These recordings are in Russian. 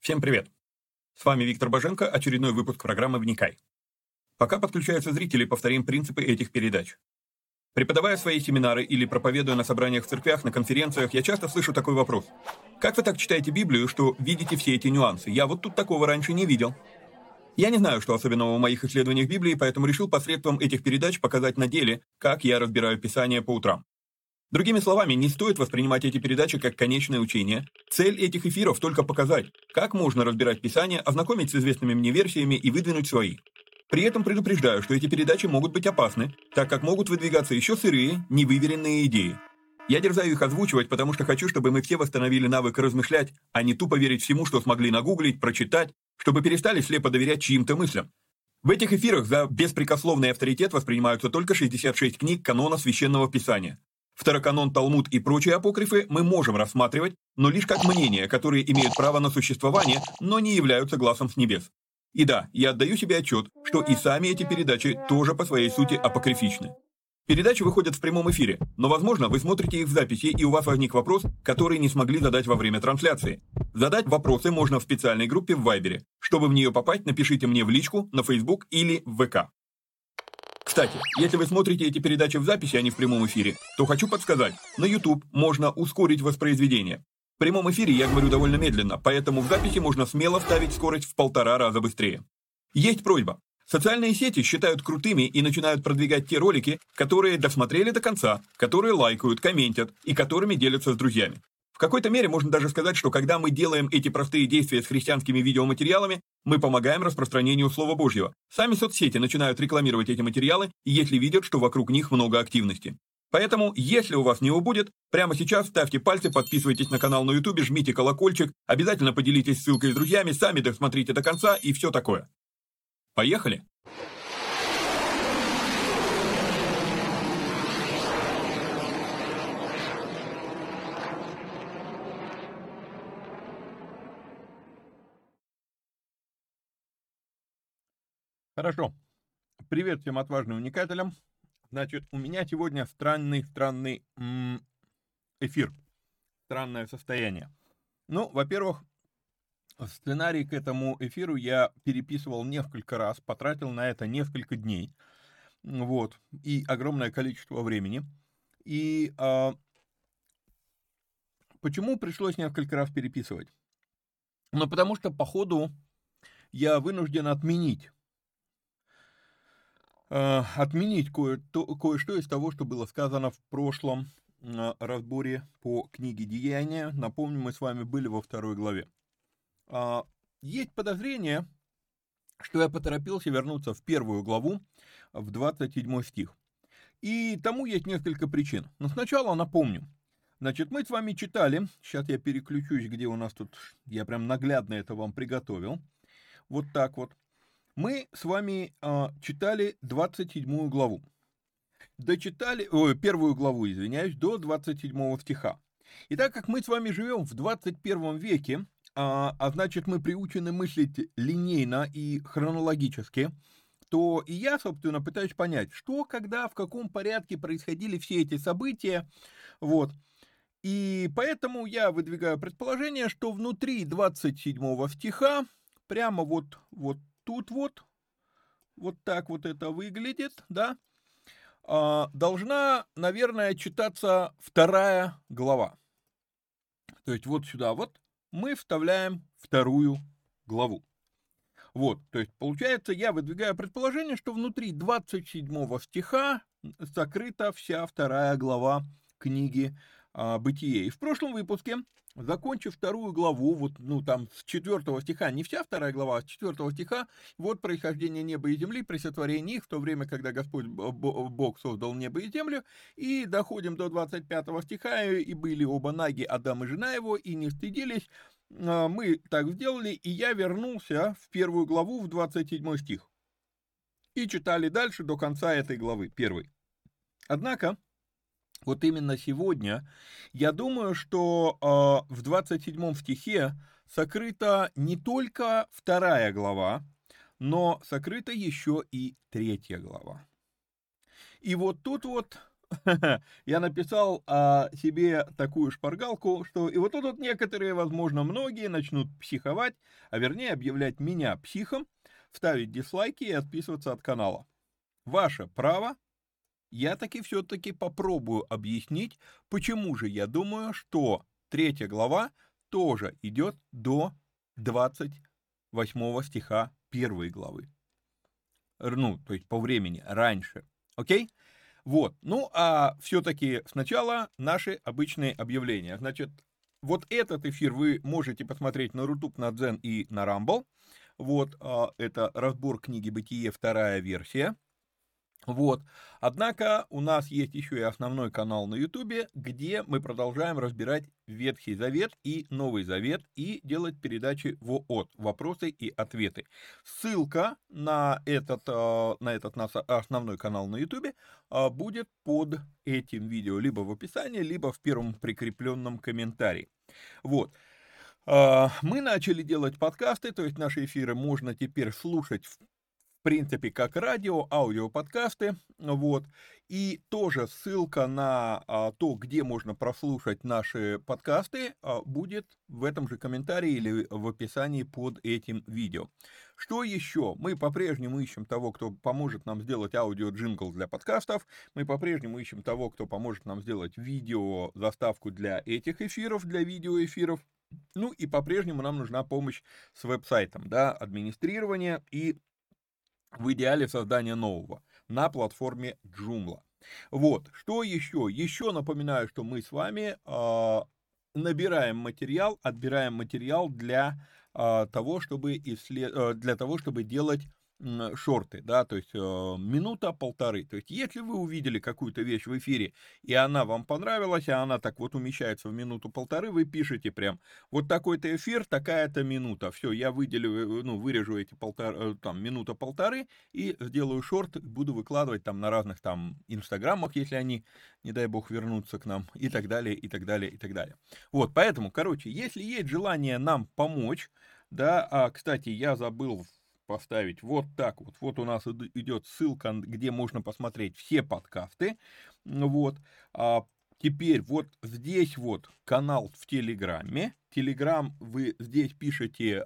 Всем привет! С вами Виктор Боженко, очередной выпуск программы «Вникай». Пока подключаются зрители, повторим принципы этих передач. Преподавая свои семинары или проповедуя на собраниях в церквях, на конференциях, я часто слышу такой вопрос. Как вы так читаете Библию, что видите все эти нюансы? Я вот тут такого раньше не видел. Я не знаю, что особенного в моих исследованиях Библии, поэтому решил посредством этих передач показать на деле, как я разбираю Писание по утрам. Другими словами, не стоит воспринимать эти передачи как конечное учение. Цель этих эфиров только показать, как можно разбирать Писание, ознакомить с известными мне версиями и выдвинуть свои. При этом предупреждаю, что эти передачи могут быть опасны, так как могут выдвигаться еще сырые, невыверенные идеи. Я дерзаю их озвучивать, потому что хочу, чтобы мы все восстановили навык размышлять, а не тупо верить всему, что смогли нагуглить, прочитать, чтобы перестали слепо доверять чьим-то мыслям. В этих эфирах за беспрекословный авторитет воспринимаются только 66 книг канона Священного Писания. Второканон, Талмуд и прочие апокрифы мы можем рассматривать, но лишь как мнения, которые имеют право на существование, но не являются гласом с небес. И да, я отдаю себе отчет, что и сами эти передачи тоже по своей сути апокрифичны. Передачи выходят в прямом эфире, но, возможно, вы смотрите их в записи, и у вас возник вопрос, который не смогли задать во время трансляции. Задать вопросы можно в специальной группе в Вайбере. Чтобы в нее попасть, напишите мне в личку, на Facebook или в ВК. Кстати, если вы смотрите эти передачи в записи, а не в прямом эфире, то хочу подсказать, на YouTube можно ускорить воспроизведение. В прямом эфире я говорю довольно медленно, поэтому в записи можно смело ставить скорость в 1,5 раза быстрее. Есть просьба. Социальные сети считают крутыми и начинают продвигать те ролики, которые досмотрели до конца, которые лайкают, комментят и которыми делятся с друзьями. В какой-то мере можно даже сказать, что когда мы делаем эти простые действия с христианскими видеоматериалами, мы помогаем распространению Слова Божьего. Сами соцсети начинают рекламировать эти материалы, если видят, что вокруг них много активности. Поэтому, если у вас не убудет, прямо сейчас ставьте пальцы, подписывайтесь на канал на YouTube, жмите колокольчик, обязательно поделитесь ссылкой с друзьями, сами досмотрите до конца и все такое. Поехали! Хорошо. Привет всем отважным вникателям. Значит, у меня сегодня странный эфир. Странное состояние. Ну, во-первых, сценарий к этому эфиру я переписывал несколько раз, потратил на это несколько дней. Вот. И огромное количество времени. И почему пришлось несколько раз переписывать? Ну, потому что по ходу я вынужден отменить кое-что из того, что было сказано в прошлом разборе по книге «Деяния». Напомню, мы с вами были во 2 главе. Есть подозрение, что я поторопился вернуться в 1 главу, в 27 стих. И тому есть несколько причин. Но сначала напомню. Значит, мы с вами читали, сейчас я переключусь, где у нас тут, я прям наглядно это вам приготовил. Вот так вот. Мы с вами читали 27 главу. Дочитали, 1 главу, извиняюсь, до 27 стиха. И так как мы с вами живем в 21 веке, значит, мы приучены мыслить линейно и хронологически, то и я, собственно, пытаюсь понять, что, когда, в каком порядке происходили все эти события, вот. И поэтому я выдвигаю предположение, что внутри 27 стиха, прямо вот тут вот так вот это выглядит, да, должна, наверное, читаться 2 глава. То есть вот сюда вот мы вставляем 2 главу. Вот, то есть получается, я выдвигаю предположение, что внутри 27 стиха сокрыта вся 2 глава книги «Бытие». И в прошлом выпуске, закончив 2 главу, вот, там с 4 стиха, не вся 2 глава, а с 4 стиха, вот происхождение неба и земли при сотворении их, в то время, когда Господь Бог создал небо и землю, и доходим до 25 стиха, и были оба наги, Адам и жена его, и не стыдились. Мы так сделали, и я вернулся в 1 главу, в 27 стих. И читали дальше до конца этой главы, 1. Однако, вот именно сегодня, я думаю, что в 27 стихе сокрыта не только 2 глава, но сокрыта еще и 3 глава. И вот тут вот я написал себе такую шпаргалку, что и вот тут некоторые, возможно, многие начнут психовать, а вернее объявлять меня психом, ставить дизлайки и отписываться от канала. Ваше право. Я таки все-таки попробую объяснить, почему же я думаю, что третья глава тоже идет до 28 стиха первой главы. Ну, то есть по времени, раньше. Окей? Вот. Ну, а все-таки сначала наши обычные объявления. Значит, вот этот эфир вы можете посмотреть на Рутуб, на Дзен и на Рамбл. Вот, это разбор книги «Бытие», вторая версия. Вот. Однако у нас есть еще и основной канал на Ютубе, где мы продолжаем разбирать Ветхий Завет и Новый Завет и делать передачи ВООТ, вопросы и ответы. Ссылка на этот наш основной канал на Ютубе будет под этим видео, либо в описании, либо в первом прикрепленном комментарии. Вот. Мы начали делать подкасты, то есть наши эфиры можно теперь слушать в принципе, как радио, аудиоподкасты, вот, и тоже ссылка на то, где можно прослушать наши подкасты, будет в этом же комментарии или в описании под этим видео. Что еще? Мы по-прежнему ищем того, кто поможет нам сделать аудио-джингл для подкастов, мы по-прежнему ищем того, кто поможет нам сделать видео-заставку для этих эфиров, для видеоэфиров. Ну и по-прежнему нам нужна помощь с веб-сайтом, да, администрирование и в идеале создания нового на платформе Joomla. Вот, что еще? Еще напоминаю, что мы с вами набираем материал, отбираем материал для того, чтобы для того, чтобы делать шорты, да, то есть минута-полторы. То есть если вы увидели какую-то вещь в эфире, и она вам понравилась, а она так вот умещается в минуту-полторы, вы пишете прям, вот такой-то эфир, такая-то минута. Все, я выделю, ну, вырежу эти минута-полторы и сделаю шорт, буду выкладывать там на разных там инстаграмах, если они, не дай бог, вернутся к нам, и так далее, и так далее, и так далее. Вот, поэтому, короче, если есть желание нам помочь, да, кстати, я забыл поставить вот так вот. Вот у нас идет ссылка, где можно посмотреть все подкасты. Вот. Теперь вот здесь вот канал в Телеграме. Телеграм вы здесь пишете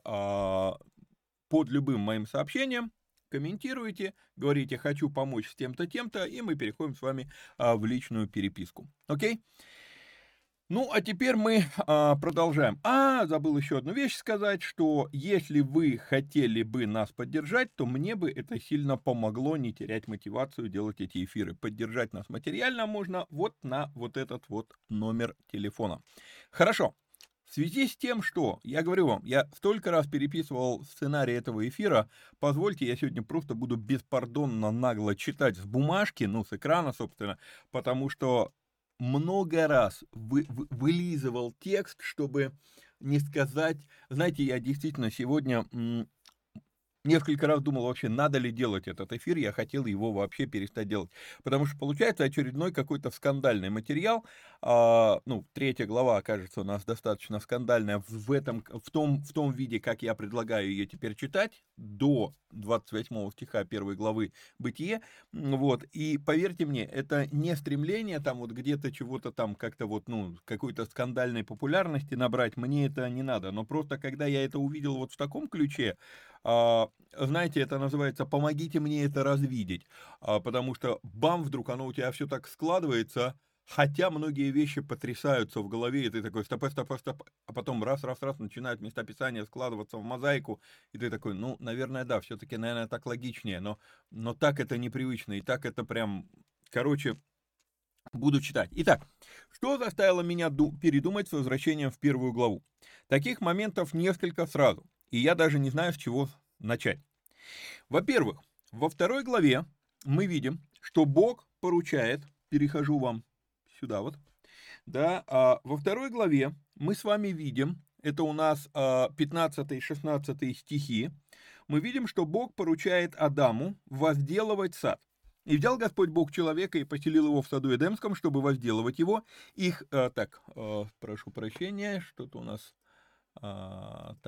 под любым моим сообщением, комментируете, говорите «хочу помочь с тем-то, тем-то», и мы переходим с вами в личную переписку. Окей? Ну, а теперь мы продолжаем. Забыл еще одну вещь сказать, что если вы хотели бы нас поддержать, то мне бы это сильно помогло не терять мотивацию делать эти эфиры. Поддержать нас материально можно вот на вот этот вот номер телефона. Хорошо. В связи с тем, что, я говорю вам, я столько раз переписывал сценарий этого эфира, позвольте, я сегодня просто буду беспардонно нагло читать с бумажки, ну, с экрана, собственно, потому что много раз вылизывал текст, чтобы не сказать... Знаете, я действительно сегодня несколько раз думал вообще, надо ли делать этот эфир, я хотел его вообще перестать делать, потому что получается очередной какой-то скандальный материал, ну, третья глава, кажется, у нас достаточно скандальная в том виде, как я предлагаю ее теперь читать, до 28 стиха первой главы «Бытие», вот, и поверьте мне, это не стремление там вот где-то чего-то там как-то вот, ну, какой-то скандальной популярности набрать, мне это не надо, но просто когда я это увидел вот в таком ключе, знаете, это называется «помогите мне это развидеть», потому что бам, вдруг оно у тебя все так складывается, хотя многие вещи потрясаются в голове, и ты такой стоп, а потом раз, начинают местописания складываться в мозаику, и ты такой, ну, наверное, да, все-таки, наверное, так логичнее, но так это непривычно, и так это прям, короче, буду читать. Итак, что заставило меня передумать с возвращением в первую главу? Таких моментов несколько сразу, и я даже не знаю, с чего начать. Во-первых, во второй главе мы видим, что Бог поручает, перехожу вам сюда вот, да, во второй главе мы с вами видим, это у нас 15-16 стихи, мы видим, что Бог поручает Адаму возделывать сад. И взял Господь Бог человека и поселил его в саду Эдемском, чтобы возделывать его. Прошу прощения, что-то у нас,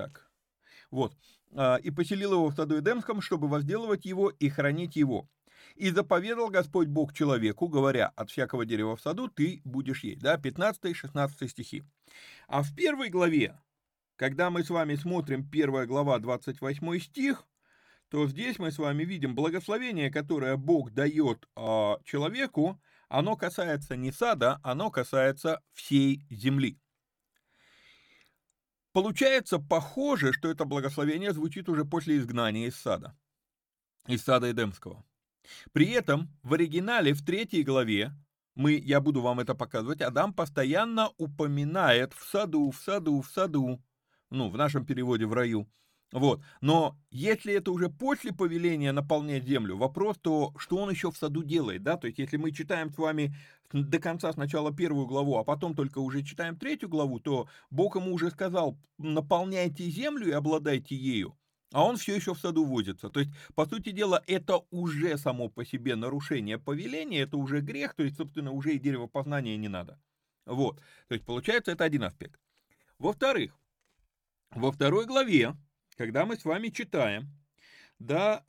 вот. И поселил его в саду Эдемском, чтобы возделывать его и хранить его. И заповедал Господь Бог человеку, говоря, от всякого дерева в саду ты будешь есть. Да, 15-16 стихи. А в первой главе, когда мы с вами смотрим 1 глава, 28 стих, то здесь мы с вами видим благословение, которое Бог дает человеку, оно касается не сада, оно касается всей земли. Получается похоже, что это благословение звучит уже после изгнания из сада Эдемского. При этом в оригинале в 3 главе, я буду вам это показывать, Адам постоянно упоминает в саду, в нашем переводе в раю. Вот. Но если это уже после повеления наполнять землю, вопрос то, что он еще в саду делает, да, то есть если мы читаем с вами до конца сначала 1 главу, а потом только уже читаем 3 главу, то Бог ему уже сказал, наполняйте землю и обладайте ею, а он все еще в саду возится. То есть, по сути дела, это уже само по себе нарушение повеления, это уже грех, то есть, собственно, уже и дерево познания не надо. Вот. То есть, получается, это один аспект. Во-вторых, во 2 главе, когда мы с вами читаем, да,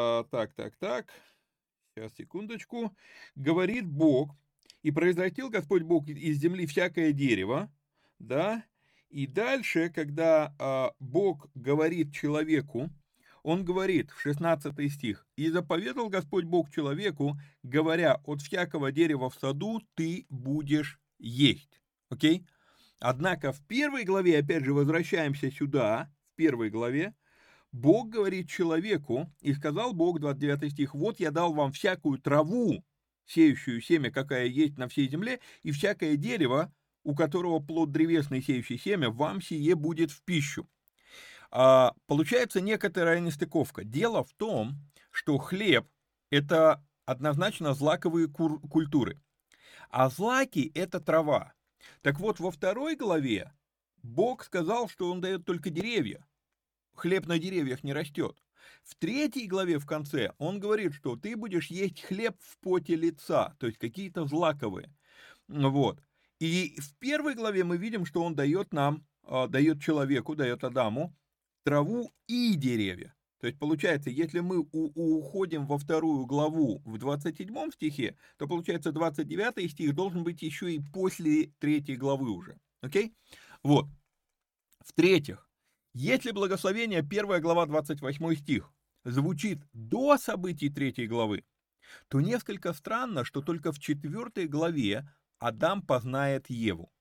сейчас, секундочку, говорит Бог, и произрастил Господь Бог из земли всякое дерево, да, и дальше, когда Бог говорит человеку, он говорит в 16 стих, и заповедал Господь Бог человеку, говоря, от всякого дерева в саду ты будешь есть, окей? Однако в 1 главе, опять же, возвращаемся сюда, в 1 главе, Бог говорит человеку, и сказал Бог, 29 стих, вот я дал вам всякую траву, сеющую семя, какая есть на всей земле, и всякое дерево, у которого плод древесный, сеющий семя, вам сие будет в пищу. Получается некоторая нестыковка. Дело в том, что хлеб – это однозначно злаковые культуры, а злаки – это трава. Так вот, во 2 главе Бог сказал, что он дает только деревья. Хлеб на деревьях не растет. В 3 главе в конце он говорит, что ты будешь есть хлеб в поте лица, то есть какие-то злаковые. Вот. И в 1 главе мы видим, что он дает нам, дает человеку, дает Адаму траву и деревья. То есть получается, если мы уходим во 2 главу в 27 стихе, то получается 29 стих должен быть еще и после 3 главы уже. Окей? Вот. В-третьих, если благословение 1 глава 28 стих звучит до событий 3 главы, то несколько странно, что только в 4 главе Адам познает Еву.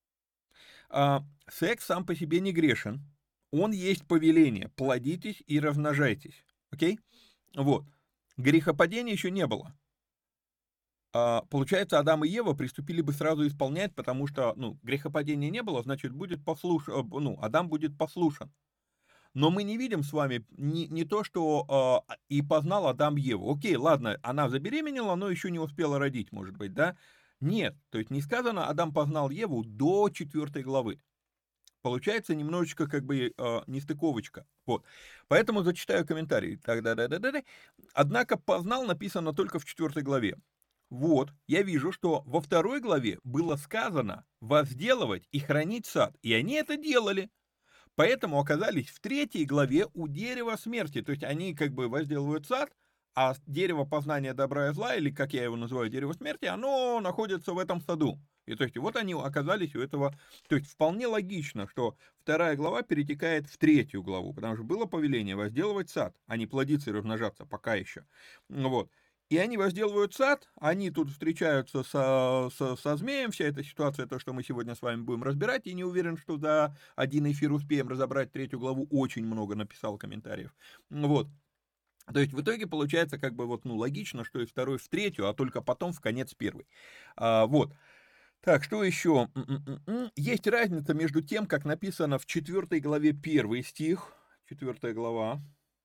Секс сам по себе не грешен, он есть повеление, плодитесь и размножайтесь. Окей? Вот. Грехопадения еще не было. Получается, Адам и Ева приступили бы сразу исполнять, потому что, грехопадения не было, значит, Адам будет послушен. Но мы не видим с вами не то, что и познал Адам Еву. Окей, ладно, она забеременела, но еще не успела родить, может быть, да? Нет, то есть не сказано, Адам познал Еву до 4 главы. Получается немножечко нестыковочка. Вот. Поэтому зачитаю комментарий. Однако познал написано только в 4 главе. Вот, я вижу, что во 2 главе было сказано возделывать и хранить сад, и они это делали. Поэтому оказались в 3 главе у дерева смерти, то есть они возделывают сад, а дерево познания добра и зла, или как я его называю, дерево смерти, оно находится в этом саду. И то есть вот они оказались у этого, то есть вполне логично, что 2 глава перетекает в 3 главу, потому что было повеление возделывать сад, а не плодиться и размножаться пока еще. Вот. И они возделывают сад, они тут встречаются со змеем, вся эта ситуация, то, что мы сегодня с вами будем разбирать, и не уверен, что за один эфир успеем разобрать 3 главу, очень много написал комментариев. Вот. То есть в итоге получается логично, что из 2 в 3, а только потом в конец 1. Вот. Так, что еще? Есть разница между тем, как написано в 4 главе 1 стих, 4 глава,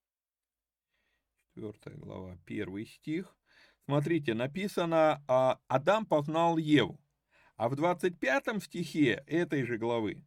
1 стих. Смотрите, написано, Адам познал Еву. А в 25 стихе этой же главы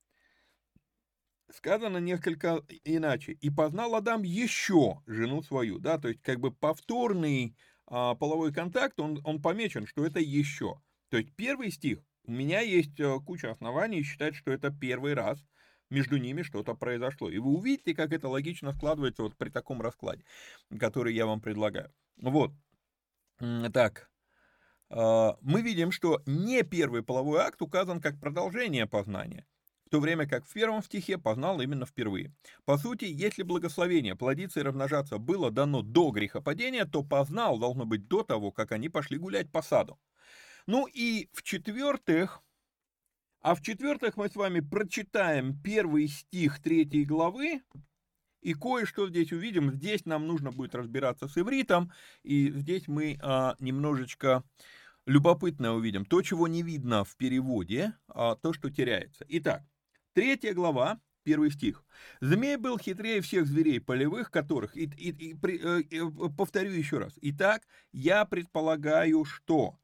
сказано несколько иначе. И познал Адам еще жену свою. Да, то есть повторный половой контакт, он помечен, что это еще. То есть 1 стих, у меня есть куча оснований считать, что это 1 раз между ними что-то произошло. И вы увидите, как это логично складывается вот при таком раскладе, который я вам предлагаю. Вот. Так, мы видим, что не первый половой акт указан как продолжение познания, в то время как в первом стихе познал именно впервые. По сути, если благословение плодиться и размножаться было дано до грехопадения, то познал должно быть до того, как они пошли гулять по саду. Ну и в-четвертых, мы с вами прочитаем первый стих 3 главы, и кое-что здесь увидим. Здесь нам нужно будет разбираться с ивритом, и здесь мы немножечко любопытное увидим. То, чего не видно в переводе, то, что теряется. Итак, 3 глава, 1 стих. «Змей был хитрее всех зверей полевых, которых...» повторю еще раз. «Итак, я предполагаю, что...»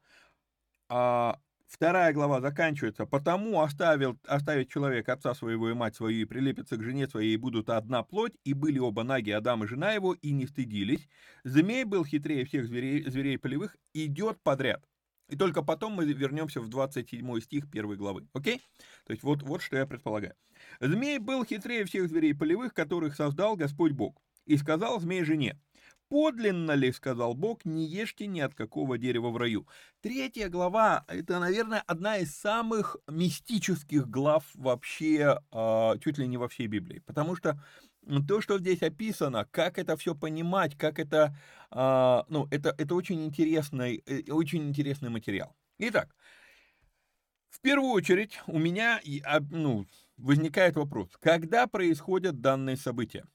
2 глава заканчивается. «Потому оставит человек отца своего и мать свою, и прилепится к жене своей, и будут одна плоть, и были оба наги, Адам и жена его, и не стыдились. Змей был хитрее всех зверей полевых». Идет подряд. И только потом мы вернемся в 27 стих 1 главы. Окей? То есть вот что я предполагаю. «Змей был хитрее всех зверей полевых, которых создал Господь Бог. И сказал змей жене: подлинно ли, сказал Бог, не ешьте ни от какого дерева в раю». 3 глава — это, наверное, одна из самых мистических глав вообще, чуть ли не во всей Библии. Потому что то, что здесь описано, как это все понимать, как это, это очень интересный материал. Итак, в первую очередь у меня возникает вопрос, когда происходят данные события?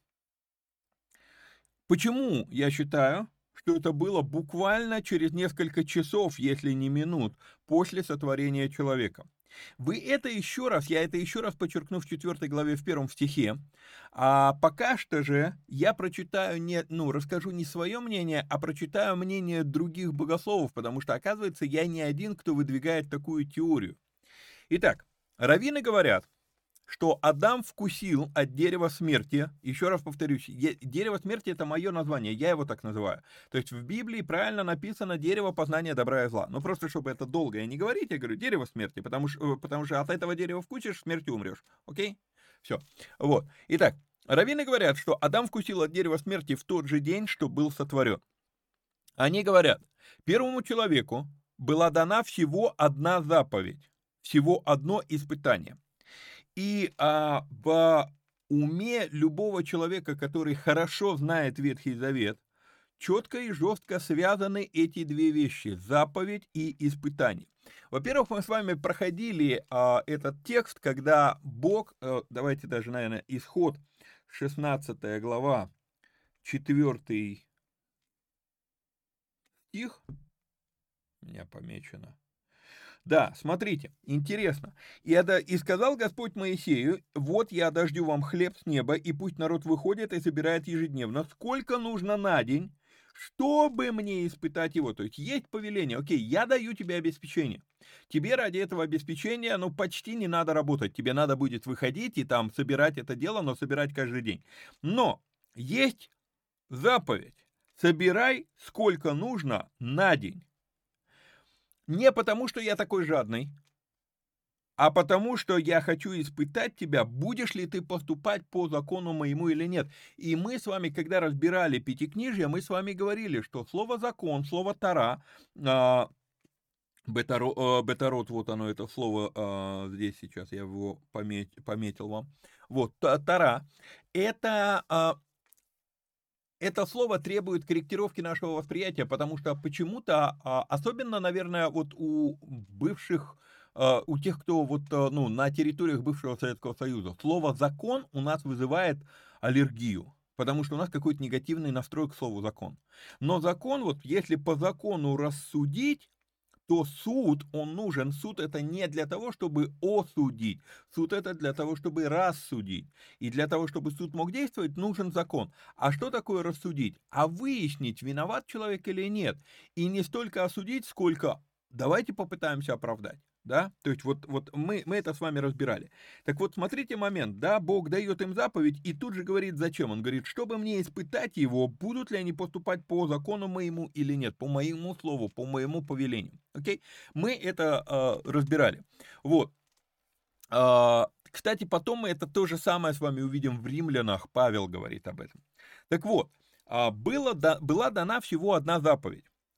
Почему я считаю, что это было буквально через несколько часов, если не минут, после сотворения человека? Я это еще раз подчеркну в 4 главе, в 1 стихе. А пока что же я прочитаю расскажу не свое мнение, а прочитаю мнение других богословов, потому что, оказывается, я не один, кто выдвигает такую теорию. Итак, раввины говорят, что Адам вкусил от дерева смерти. Еще раз повторюсь, дерево смерти — это мое название, я его так называю. То есть в Библии правильно написано дерево познания добра и зла. Но просто чтобы это долго не говорить, я говорю дерево смерти, потому что от этого дерева вкусишь, смертью умрешь. Окей? Все. Вот. Итак, раввины говорят, что Адам вкусил от дерева смерти в тот же день, что был сотворен. Они говорят, первому человеку была дана всего одна заповедь, всего одно испытание. И в уме любого человека, который хорошо знает Ветхий Завет, четко и жестко связаны эти две вещи — заповедь и испытание. Во-первых, мы с вами проходили этот текст, когда Бог, давайте даже, наверное, Исход, 16 глава, 4 стих, у меня помечено. Да, смотрите, интересно. «И сказал Господь Моисею: вот я дождю вам хлеб с неба, и пусть народ выходит и собирает ежедневно, сколько нужно на день, чтобы мне испытать его». То есть повеление, окей, я даю тебе обеспечение. Тебе ради этого обеспечения, почти не надо работать. Тебе надо будет выходить и там собирать это дело, но собирать каждый день. Но есть заповедь: собирай сколько нужно на день. Не потому, что я такой жадный, а потому, что я хочу испытать тебя, будешь ли ты поступать по закону моему или нет. И мы с вами, когда разбирали Пятикнижье, мы с вами говорили, что слово «закон», слово «тара», бетарот, вот оно, это слово, здесь сейчас я его пометил вам, вот, «тара», это слово требует корректировки нашего восприятия, потому что почему-то, особенно, наверное, вот у тех, кто на территориях бывшего Советского Союза, слово «закон» у нас вызывает аллергию, потому что у нас какой-то негативный настрой к слову «закон». Но закон, вот если по закону рассудить, то суд, он нужен. Суд — это не для того, чтобы осудить. Суд — это для того, чтобы рассудить. И для того, чтобы суд мог действовать, нужен закон. А что такое рассудить? А выяснить, виноват человек или нет. И не столько осудить, сколько давайте попытаемся оправдать. Да? То есть вот мы это с вами разбирали. Так вот, смотрите момент, да, Бог дает им заповедь и тут же говорит, зачем? Он говорит, чтобы мне испытать его, будут ли они поступать по закону моему или нет, по моему слову, по моему повелению. Окей? Мы это разбирали. Вот. Кстати, потом мы это то же самое с вами увидим в Римлянах, Павел говорит об этом. Так вот, была дана всего одна заповедь.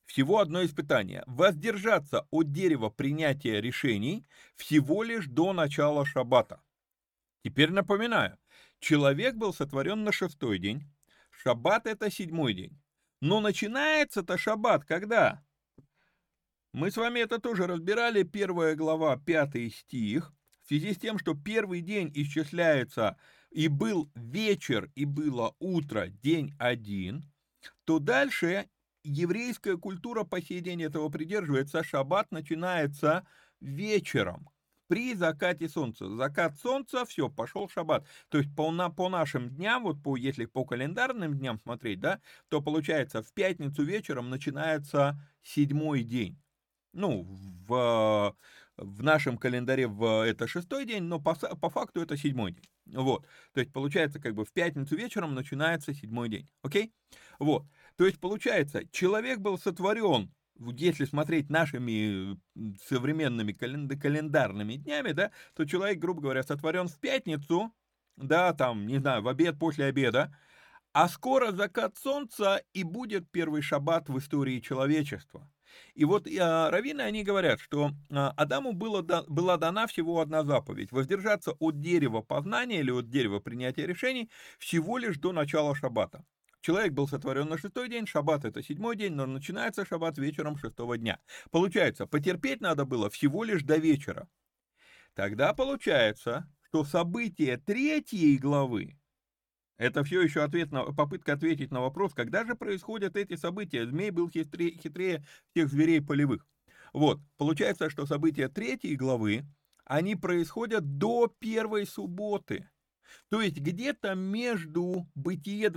всего одно испытание. Воздержаться от дерева принятия решений всего лишь до начала шаббата. Теперь напоминаю, человек был сотворен на 6-й день, шаббат это 7-й день. Но начинается-то шаббат когда? Мы с вами это тоже разбирали, 1 глава, 5 стих. В связи с тем, что первый день исчисляется, и был вечер, и было утро, день 1, то дальше еврейская культура по сей день этого придерживается. Шаббат начинается вечером, при закате солнца. Закат солнца, все, пошел шаббат. То есть по нашим дням, вот если по календарным дням смотреть, да, то получается в пятницу вечером начинается 7-й день. Ну, в нашем календаре это 6-й день, но по факту это 7-й день. Вот. То есть получается, как бы в пятницу вечером начинается 7-й день. Окей? Вот. То есть получается, человек был сотворен, если смотреть нашими современными календарными днями, да, то человек, грубо говоря, сотворен в пятницу, да, там, не знаю, в обед, после обеда, а скоро закат солнца и будет первый шаббат в истории человечества. И вот раввины, они говорят, что Адаму была дана всего одна заповедь: воздержаться от дерева познания или от дерева принятия решений всего лишь до начала шаббата. Человек был сотворен на 6-й день, шаббат это 7-й день, но начинается шаббат вечером 6-го дня. Получается, потерпеть надо было всего лишь до вечера. Тогда получается, что события 3 главы, это все еще попытка ответить на вопрос, когда же происходят эти события. Змей был хитрее всех зверей полевых. Вот, получается, что события 3 главы, они происходят до первой субботы. То есть где-то между Бытие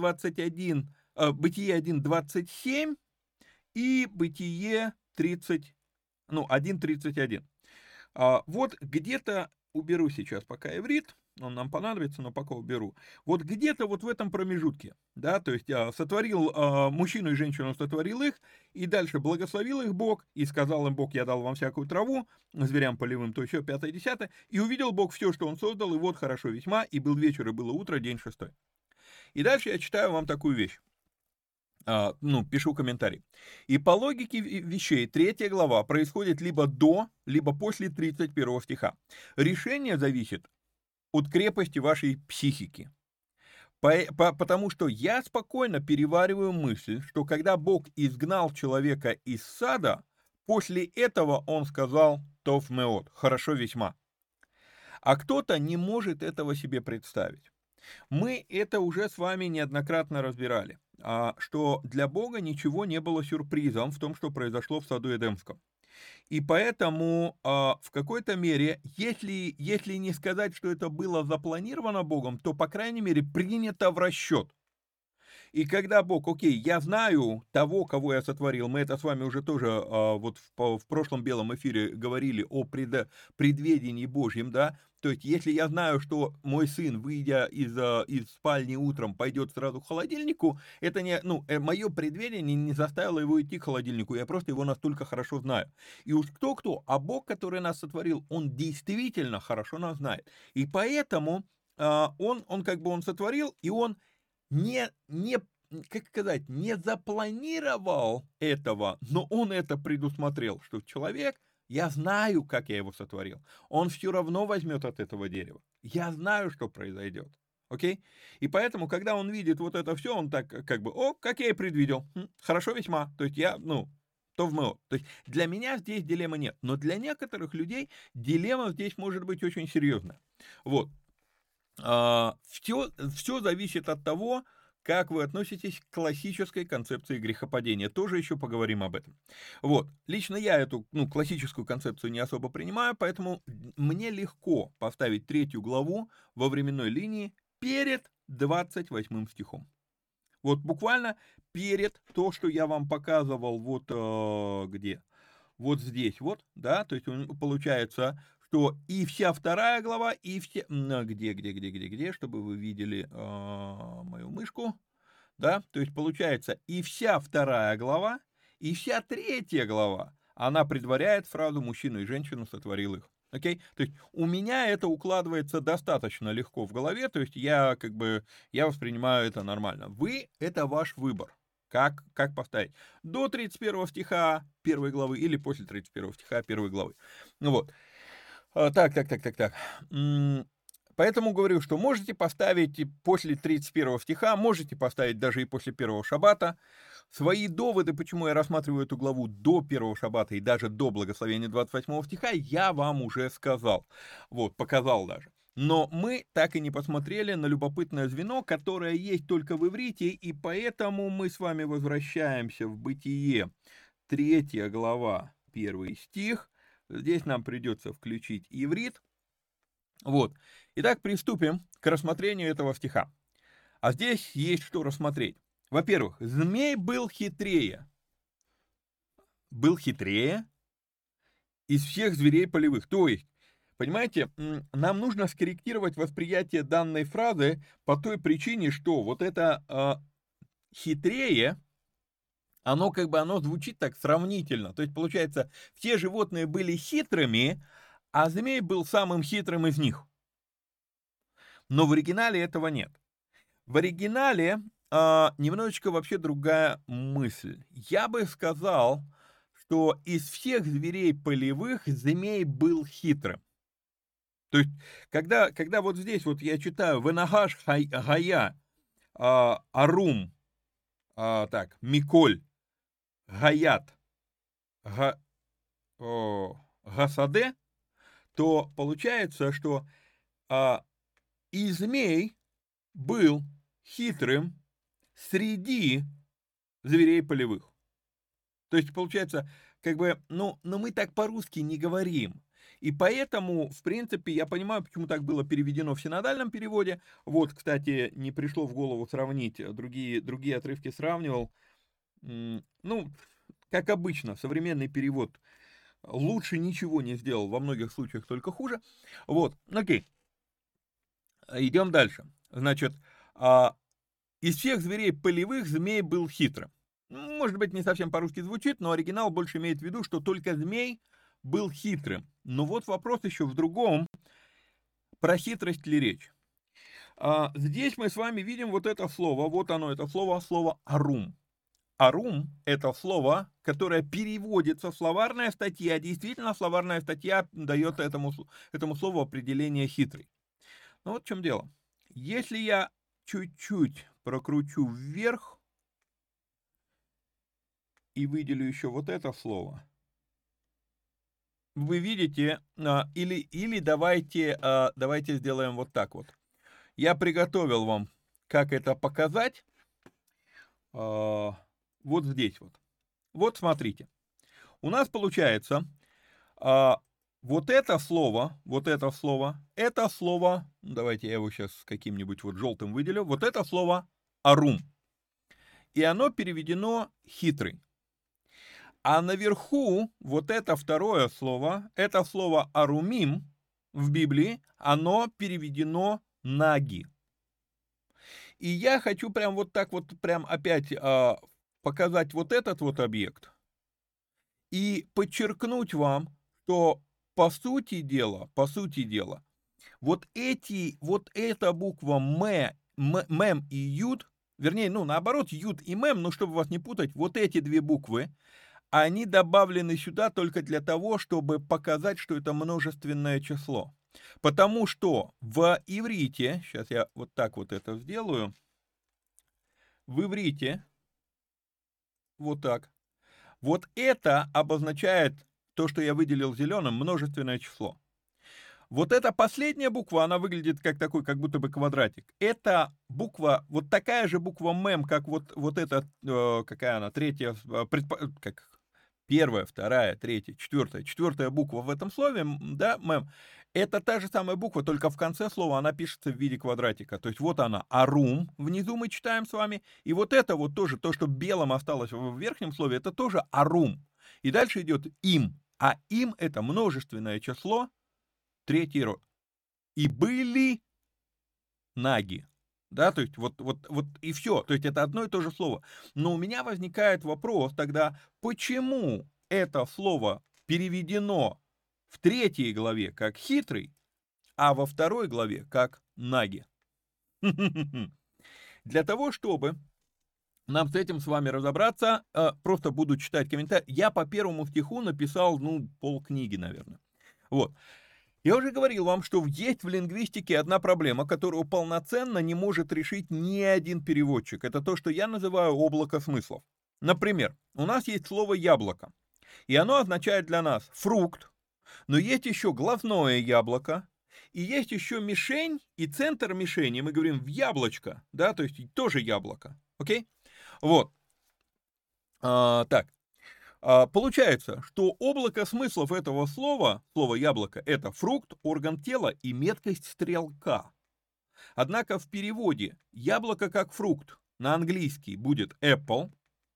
1:27 и Бытие 1:31. Вот где-то, уберу сейчас пока иврит, он нам понадобится, но пока уберу. Вот где-то вот в этом промежутке, да, то есть сотворил мужчину и женщину, сотворил их, и дальше благословил их Бог, и сказал им Бог: я дал вам всякую траву, зверям полевым, то еще 5-10, и увидел Бог все, что он создал, и вот хорошо весьма, и был вечер, и было утро, день 6. И дальше я читаю вам такую вещь. Пишу комментарий. И по логике вещей 3 глава происходит либо до, либо после 31 стиха. Решение зависит от крепости вашей психики. Потому что я спокойно перевариваю мысль, что когда Бог изгнал человека из сада, после этого он сказал «тов меот», «хорошо весьма». А кто-то не может этого себе представить. Мы это уже с вами неоднократно разбирали, что для Бога ничего не было сюрпризом в том, что произошло в саду Эдемском. И поэтому в какой-то мере, если не сказать, что это было запланировано Богом, то, по крайней мере, принято в расчет. И когда Бог: окей, я знаю того, кого я сотворил, мы это с вами уже тоже вот в прошлом белом эфире говорили о предведении Божьем, да, то есть если я знаю, что мой сын, выйдя из спальни утром, пойдет сразу к холодильнику, это не, мое предведение не заставило его идти к холодильнику, я просто его настолько хорошо знаю. И уж кто-кто, а Бог, который нас сотворил, он действительно хорошо нас знает. И поэтому он сотворил, и он не запланировал этого, но он это предусмотрел, что человек, я знаю, как я его сотворил, он все равно возьмет от этого дерева. Я знаю, что произойдет. Окей? И поэтому, когда он видит вот это все, он так как я и предвидел, хорошо весьма. То есть то в МО. То есть для меня здесь дилеммы нет, но для некоторых людей дилемма здесь может быть очень серьезная. Вот. Все зависит от того, как вы относитесь к классической концепции грехопадения. Тоже еще поговорим об этом. Вот. Лично я эту классическую концепцию не особо принимаю, поэтому мне легко поставить 3 главу во временной линии перед 28 стихом. Вот буквально перед то, что я вам показывал вот где. Вот здесь вот, да, то есть получается, что и вся 2 глава, и все... Где, чтобы вы видели мою мышку, да, то есть получается и вся 2 глава, и вся 3 глава, она предваряет фразу «мужчину и женщину сотворил их». Окей? То есть у меня это укладывается достаточно легко в голове, то есть я воспринимаю это нормально. Это ваш выбор. Как поставить? До 31 стиха 1 главы или после 31 стиха 1 главы. Ну вот. Так. Поэтому говорю, что можете поставить и после 31 стиха, можете поставить даже и после первого шаббата. Свои доводы, почему я рассматриваю эту главу до первого шаббата и даже до благословения 28 стиха, я вам уже сказал. Вот, показал даже. Но мы так и не посмотрели на любопытное звено, которое есть только в иврите, и поэтому мы с вами возвращаемся в Бытие, 3 глава, 1 стих. Здесь нам придется включить иврит. Вот. Итак, приступим к рассмотрению этого стиха. А здесь есть что рассмотреть. Во-первых, змей был хитрее. Был хитрее из всех зверей полевых. То есть, понимаете, нам нужно скорректировать восприятие данной фразы по той причине, что вот это хитрее, оно звучит так сравнительно. То есть, получается, все животные были хитрыми, а змей был самым хитрым из них. Но в оригинале этого нет. В оригинале немножечко вообще другая мысль. Я бы сказал, что из всех зверей полевых змей был хитрым. То есть, когда вот здесь вот я читаю «Венагаш гая арум», «Миколь гаят гасаде», то получается, что и змей был хитрым среди зверей полевых. То есть, получается, но мы так по-русски не говорим. И поэтому, в принципе, я понимаю, почему так было переведено в синодальном переводе. Вот, кстати, не пришло в голову сравнить, другие отрывки сравнивал. Как обычно, современный перевод лучше ничего не сделал, во многих случаях только хуже. Вот, окей. Идем дальше. Значит, из всех зверей полевых змей был хитрым. Может быть, не совсем по-русски звучит, но оригинал больше имеет в виду, что только змей был хитрым. Но вот вопрос еще в другом. Про хитрость ли речь? Здесь мы с вами видим вот это слово. Вот оно, это слово «арум». Арум – это слово, которое переводится в словарная статья. Действительно, словарная статья дает этому слову определение «хитрый». Ну вот в чем дело. Если я чуть-чуть прокручу вверх и выделю еще вот это слово, вы видите, или давайте сделаем вот так вот. Я приготовил вам, как это показать, вот здесь вот. Вот смотрите. У нас получается вот это слово, давайте я его сейчас каким-нибудь вот желтым выделю, вот это слово арум. И оно переведено хитрый. А наверху вот это второе слово, это слово арумим в Библии, оно переведено наги. И я хочу прям вот так вот прям опять показать вот этот вот объект и подчеркнуть вам, что по сути дела, вот эта буква мем и юд, вернее, наоборот, юд и мем, но чтобы вас не путать, вот эти две буквы, они добавлены сюда только для того, чтобы показать, что это множественное число. Потому что в иврите, сейчас я вот так вот это сделаю, в иврите, вот так, вот это обозначает то, что я выделил зеленым, множественное число. Вот эта последняя буква, она выглядит как будто бы квадратик. Это буква, вот такая же буква мем, как вот эта, какая она, третья, первая, вторая, третья, четвертая буква в этом слове, да, мем. Это та же самая буква, только в конце слова она пишется в виде квадратика. То есть вот она, арум, внизу мы читаем с вами. И вот это вот тоже, то, что белым осталось в верхнем слове, это тоже арум. И дальше идет им. А им это множественное число, третий род. И были наги. Да, то есть вот и все. То есть это одно и то же слово. Но у меня возникает вопрос тогда, почему это слово переведено в 3 главе как хитрый, а во 2 главе как наги? Для того, чтобы нам с этим с вами разобраться. Просто буду читать комментарии. Я по первому стиху написал, полкниги, наверное. Вот. Я уже говорил вам, что есть в лингвистике одна проблема, которую полноценно не может решить ни один переводчик. Это то, что я называю облако смыслов. Например, у нас есть слово «яблоко», и оно означает для нас фрукт, но есть еще глазное яблоко, и есть еще мишень, и центр мишени, мы говорим в яблочко, да, то есть тоже яблоко, окей? Вот, так. Получается, что облако смыслов этого слова, слово яблоко, это фрукт, орган тела и меткость стрелка. Однако в переводе яблоко как фрукт на английский будет apple.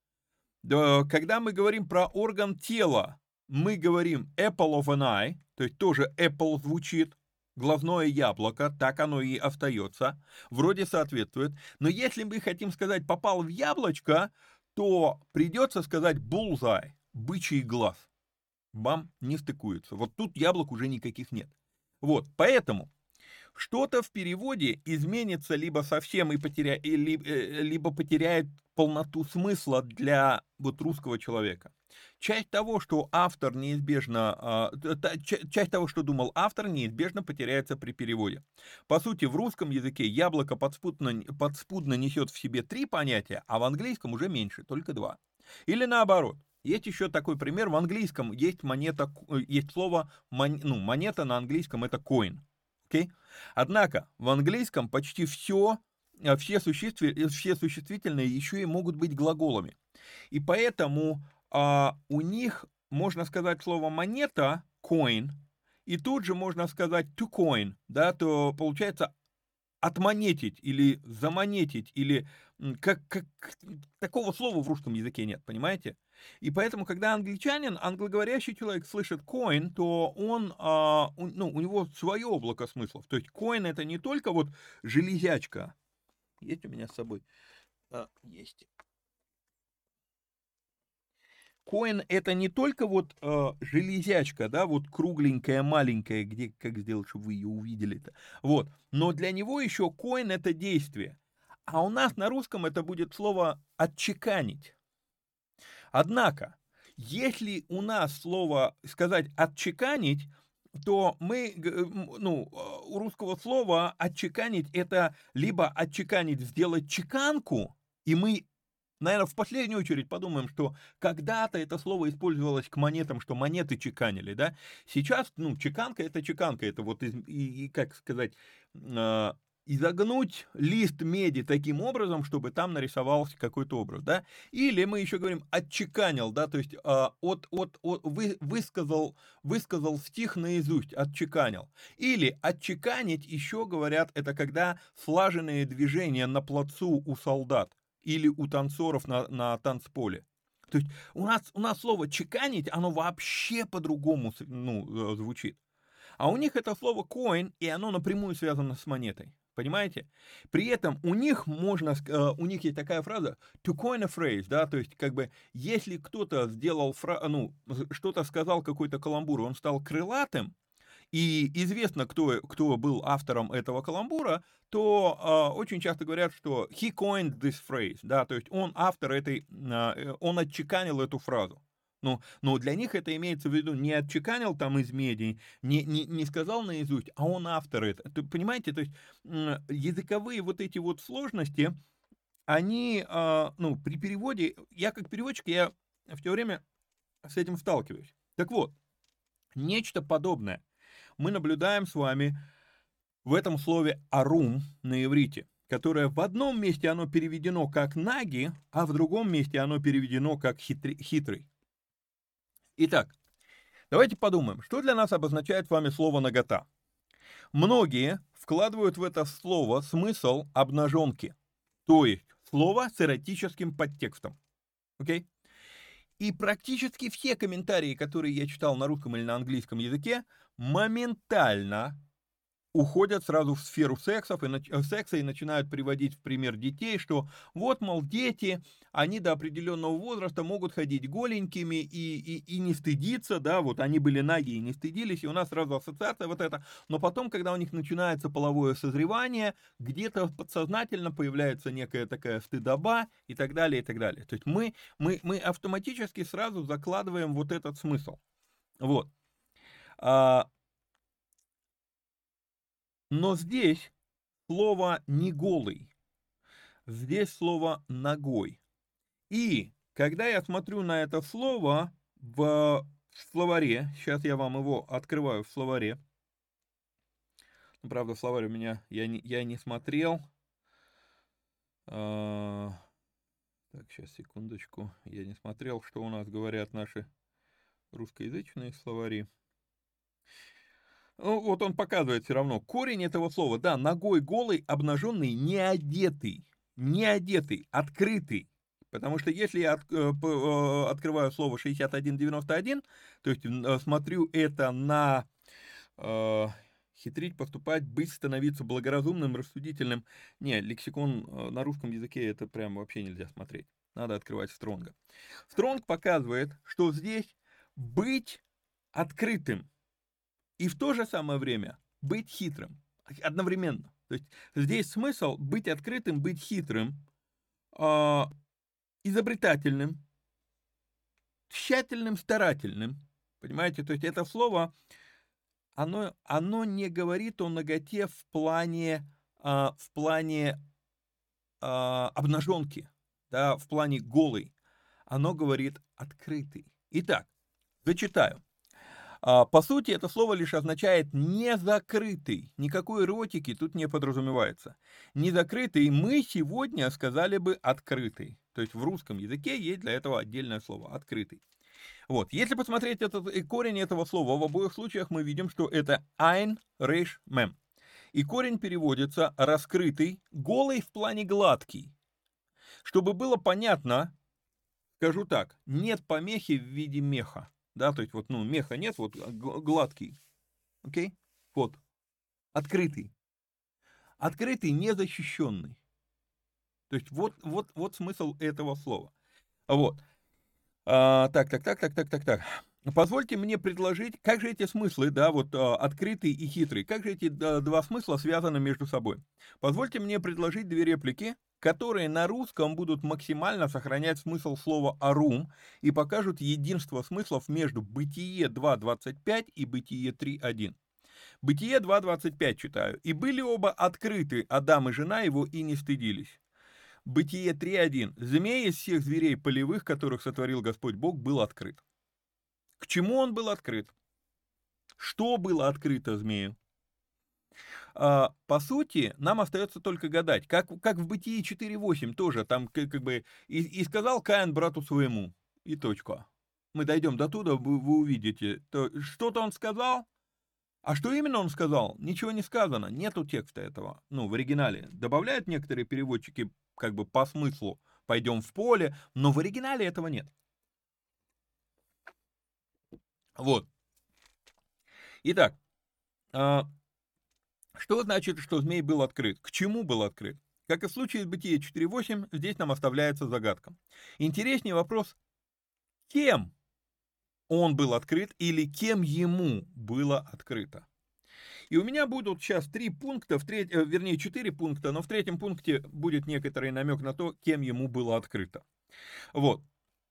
Когда мы говорим про орган тела, мы говорим apple of an eye, то есть тоже apple звучит, глазное яблоко, так оно и остается, вроде соответствует. Но если мы хотим сказать попал в яблочко, то придется сказать bullseye, бычий глаз. Бам, не стыкуется. Вот тут яблок уже никаких нет. Вот, поэтому что-то в переводе изменится либо совсем и либо потеряет полноту смысла для вот русского человека. Часть того, что автор неизбежно, часть того, что думал автор, неизбежно потеряется при переводе. По сути, в русском языке яблоко подспудно несет в себе 3 понятия, а в английском уже меньше, только 2. Или наоборот. Есть еще такой пример, в английском есть монета, есть слово, монета на английском это coin. Okay? Однако в английском почти все существительные еще и могут быть глаголами. И поэтому у них можно сказать слово монета, coin, и тут же можно сказать to coin, да, то получается отмонетить или замонетить, или такого слова в русском языке нет, понимаете? И поэтому, когда англоговорящий человек слышит coin, то он, у него свое облако смыслов. То есть coin это не только вот железячка. Есть у меня с собой? Есть. Coin это не только вот железячка, да, вот кругленькая, маленькая, где, как сделать, чтобы вы ее увидели-то. Вот. Но для него еще coin это действие. А у нас на русском это будет слово отчеканить. Однако, если у нас слово сказать отчеканить, то у русского слова отчеканить это либо отчеканить, сделать чеканку, и мы, наверное, в последнюю очередь подумаем, что когда-то это слово использовалось к монетам, что монеты чеканили, да. Сейчас, чеканка, это вот, как сказать, изогнуть лист меди таким образом, чтобы там нарисовался какой-то образ, да. Или мы еще говорим отчеканил, да, то есть высказал стих наизусть, отчеканил. Или отчеканить еще говорят, это когда слаженные движения на плацу у солдат или у танцоров на танцполе. То есть у нас слово чеканить, оно вообще по-другому звучит. А у них это слово coin, и оно напрямую связано с монетой. Понимаете? При этом у них есть такая фраза to coin a phrase, да, то есть как бы если кто-то сделал что-то сказал, какой-то каламбур, он стал крылатым, и известно, кто был автором этого каламбура, то очень часто говорят, что he coined this phrase, да, то есть он автор он отчеканил эту фразу. Но для них это имеется в виду не отчеканил там из меди, не сказал наизусть, а он автор это. Понимаете, то есть языковые вот эти вот сложности, они, при переводе, я как переводчик, я все время с этим сталкиваюсь. Так вот, нечто подобное мы наблюдаем с вами в этом слове «арум» на иврите, которое в одном месте оно переведено как «наги», а в другом месте оно переведено как «хитрый». Итак, давайте подумаем, что для нас обозначает с вами слово «нагота». Многие вкладывают в это слово смысл обнаженки, то есть слово с эротическим подтекстом. Окей? И практически все комментарии, которые я читал на русском или на английском языке, моментально уходят сразу в сферу секса и начинают приводить в пример детей, что вот, мол, дети, они до определенного возраста могут ходить голенькими и не стыдиться, да, вот они были наги и не стыдились, и у нас сразу ассоциация вот эта, но потом, когда у них начинается половое созревание, где-то подсознательно появляется некая такая стыдоба и так далее, и так далее. То есть мы автоматически сразу закладываем вот этот смысл. Вот. Но здесь слово не голый, здесь слово ногой. И когда я смотрю на это слово в словаре, сейчас я вам его открываю в словаре. Правда, словарь у меня я не смотрел. Так, сейчас, секундочку. Я не смотрел, что у нас говорят наши русскоязычные словари. Ну, вот он показывает все равно. Корень этого слова, да, ногой голый, обнаженный, не одетый, открытый. Потому что если я открываю слово 6191, то есть смотрю это на хитрить, поступать, быть, становиться благоразумным, рассудительным. Не, лексикон на русском языке это прям вообще нельзя смотреть. Надо открывать Стронга. Стронг показывает, что здесь быть открытым и в то же самое время быть хитрым. Одновременно. То есть здесь смысл быть открытым, быть хитрым, изобретательным, тщательным, старательным. Понимаете? То есть это слово, оно не говорит о наготе в плане обнаженки, да, в плане голый. Оно говорит открытый. Итак, зачитаю. По сути, это слово лишь означает «незакрытый». Никакой эротики тут не подразумевается. «Незакрытый» мы сегодня сказали бы «открытый». То есть в русском языке есть для этого отдельное слово «открытый». Вот, если посмотреть корень этого слова, в обоих случаях мы видим, что это «ein resh mem». И корень переводится «раскрытый», «голый» в плане «гладкий». Чтобы было понятно, скажу так, нет помехи в виде меха. Да, то есть вот, меха нет, вот гладкий, окей, вот, открытый, незащищенный, то есть вот смысл этого слова, вот, так, позвольте мне предложить, как же эти смыслы, да, вот, открытый и хитрый, как же эти два смысла связаны между собой, позвольте мне предложить две реплики, которые на русском будут максимально сохранять смысл слова «арум» и покажут единство смыслов между «Бытие 2.25» и «Бытие 3.1». «Бытие 2.25» читаю. «И были оба открыты, Адам и жена его, и не стыдились». Бытие 3.1. «Змей из всех зверей полевых, которых сотворил Господь Бог, был открыт». К чему он был открыт? Что было открыто змею? По сути, нам остается только гадать, как в Бытии 4.8 тоже, там как бы, и сказал Каин брату своему, и точка. Мы дойдем до туда, вы увидите, что-то он сказал, а что именно он сказал, ничего не сказано, нету текста этого, в оригинале. Добавляют некоторые переводчики как бы по смыслу, пойдем в поле, но в оригинале этого нет. Вот. Итак, что значит, что змей был открыт? К чему был открыт? Как и в случае с Бытие 4.8, здесь нам оставляется загадка. Интереснее вопрос, кем он был открыт или кем ему было открыто. И у меня будут сейчас 3 пункта, 4 пункта, но в третьем пункте будет некоторый намек на то, кем ему было открыто. Вот.